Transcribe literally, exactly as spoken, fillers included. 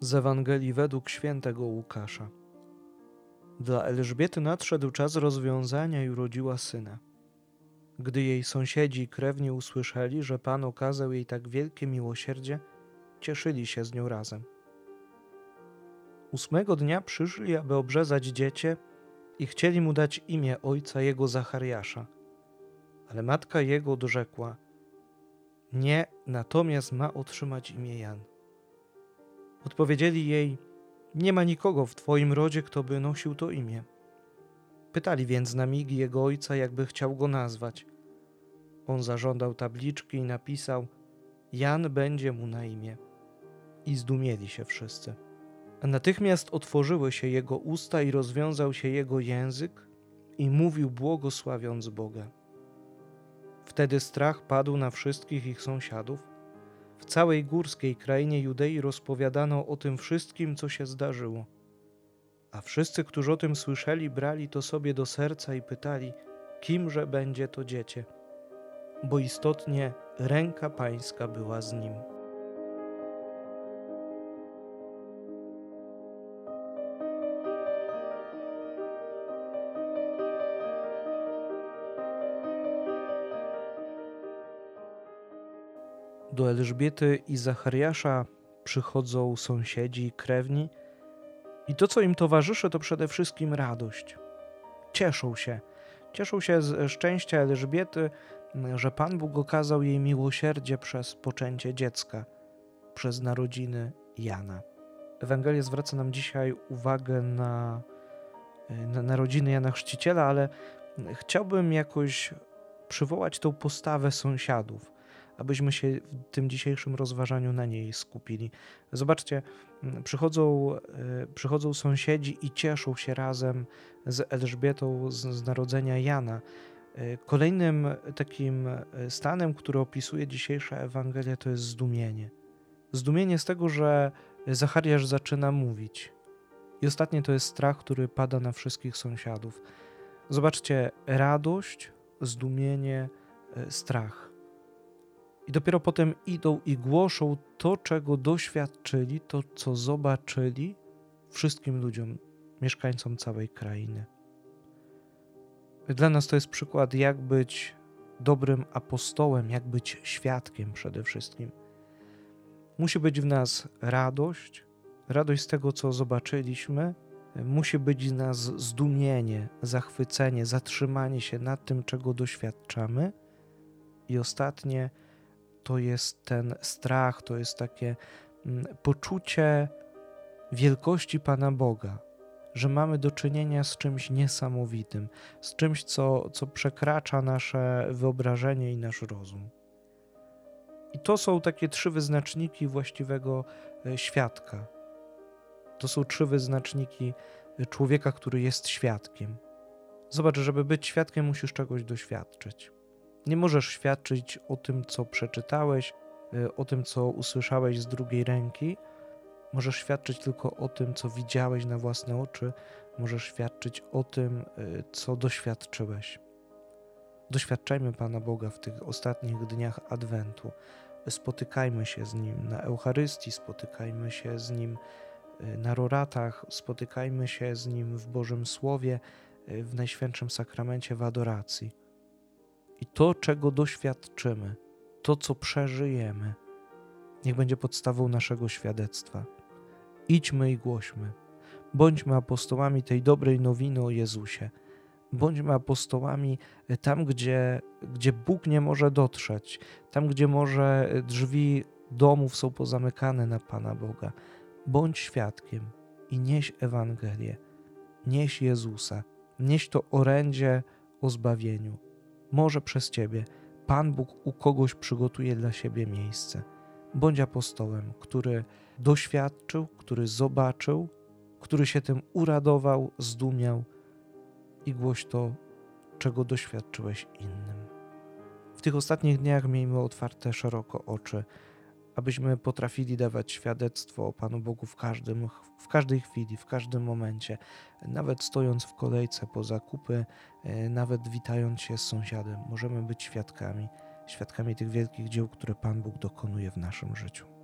Z Ewangelii według świętego Łukasza. Dla Elżbiety nadszedł czas rozwiązania i urodziła syna. Gdy jej sąsiedzi i krewni usłyszeli, że Pan okazał jej tak wielkie miłosierdzie, cieszyli się z nią razem. Ósmego dnia przyszli, aby obrzezać dziecię i chcieli mu dać imię ojca jego Zachariasza. Ale matka jego odrzekła: nie, natomiast ma otrzymać imię Jan. Odpowiedzieli jej: nie ma nikogo w twoim rodzie, kto by nosił to imię. Pytali więc na migi jego ojca, jakby chciał go nazwać. On zażądał tabliczki i napisał: Jan będzie mu na imię. I zdumieli się wszyscy. A natychmiast otworzyły się jego usta i rozwiązał się jego język i mówił, błogosławiąc Boga. Wtedy strach padł na wszystkich ich sąsiadów. W całej górskiej krainie Judei rozpowiadano o tym wszystkim, co się zdarzyło. A wszyscy, którzy o tym słyszeli, brali to sobie do serca i pytali, kimże będzie to dziecię, bo istotnie ręka Pańska była z nim. Do Elżbiety i Zachariasza przychodzą sąsiedzi i krewni i to, co im towarzyszy, to przede wszystkim radość. Cieszą się. Cieszą się z szczęścia Elżbiety, że Pan Bóg okazał jej miłosierdzie przez poczęcie dziecka, przez narodziny Jana. Ewangelia zwraca nam dzisiaj uwagę na, na narodziny Jana Chrzciciela, ale chciałbym jakoś przywołać tą postawę sąsiadów, abyśmy się w tym dzisiejszym rozważaniu na niej skupili. Zobaczcie, przychodzą, przychodzą sąsiedzi i cieszą się razem z Elżbietą z, z narodzenia Jana. Kolejnym takim stanem, który opisuje dzisiejsza Ewangelia, to jest zdumienie. Zdumienie z tego, że Zachariasz zaczyna mówić. I ostatnie to jest strach, który pada na wszystkich sąsiadów. Zobaczcie, radość, zdumienie, strach. I dopiero potem idą i głoszą to, czego doświadczyli, to, co zobaczyli wszystkim ludziom, mieszkańcom całej krainy. Dla nas to jest przykład, jak być dobrym apostołem, jak być świadkiem przede wszystkim. Musi być w nas radość, radość z tego, co zobaczyliśmy. Musi być w nas zdumienie, zachwycenie, zatrzymanie się nad tym, czego doświadczamy. I ostatnie to jest ten strach, to jest takie poczucie wielkości Pana Boga, że mamy do czynienia z czymś niesamowitym, z czymś, co, co przekracza nasze wyobrażenie i nasz rozum. I to są takie trzy wyznaczniki właściwego świadka. To są trzy wyznaczniki człowieka, który jest świadkiem. Zobacz, żeby być świadkiem, musisz czegoś doświadczyć. Nie możesz świadczyć o tym, co przeczytałeś, o tym, co usłyszałeś z drugiej ręki. Możesz świadczyć tylko o tym, co widziałeś na własne oczy. Możesz świadczyć o tym, co doświadczyłeś. Doświadczajmy Pana Boga w tych ostatnich dniach Adwentu. Spotykajmy się z Nim na Eucharystii, spotykajmy się z Nim na roratach, spotykajmy się z Nim w Bożym Słowie, w Najświętszym Sakramencie, w adoracji. I to, czego doświadczymy, to, co przeżyjemy, niech będzie podstawą naszego świadectwa. Idźmy i głośmy. Bądźmy apostołami tej dobrej nowiny o Jezusie. Bądźmy apostołami tam, gdzie, gdzie Bóg nie może dotrzeć, tam, gdzie może drzwi domów są pozamykane na Pana Boga. Bądź świadkiem i nieś Ewangelię, nieś Jezusa, nieś to orędzie o zbawieniu. Może przez Ciebie Pan Bóg u kogoś przygotuje dla siebie miejsce. Bądź apostołem, który doświadczył, który zobaczył, który się tym uradował, zdumiał i głoś to, czego doświadczyłeś innym. W tych ostatnich dniach miejmy otwarte szeroko oczy, abyśmy potrafili dawać świadectwo o Panu Bogu w każdym, w każdej chwili, w każdym momencie, nawet stojąc w kolejce po zakupy, nawet witając się z sąsiadem. Możemy być świadkami, świadkami tych wielkich dzieł, które Pan Bóg dokonuje w naszym życiu.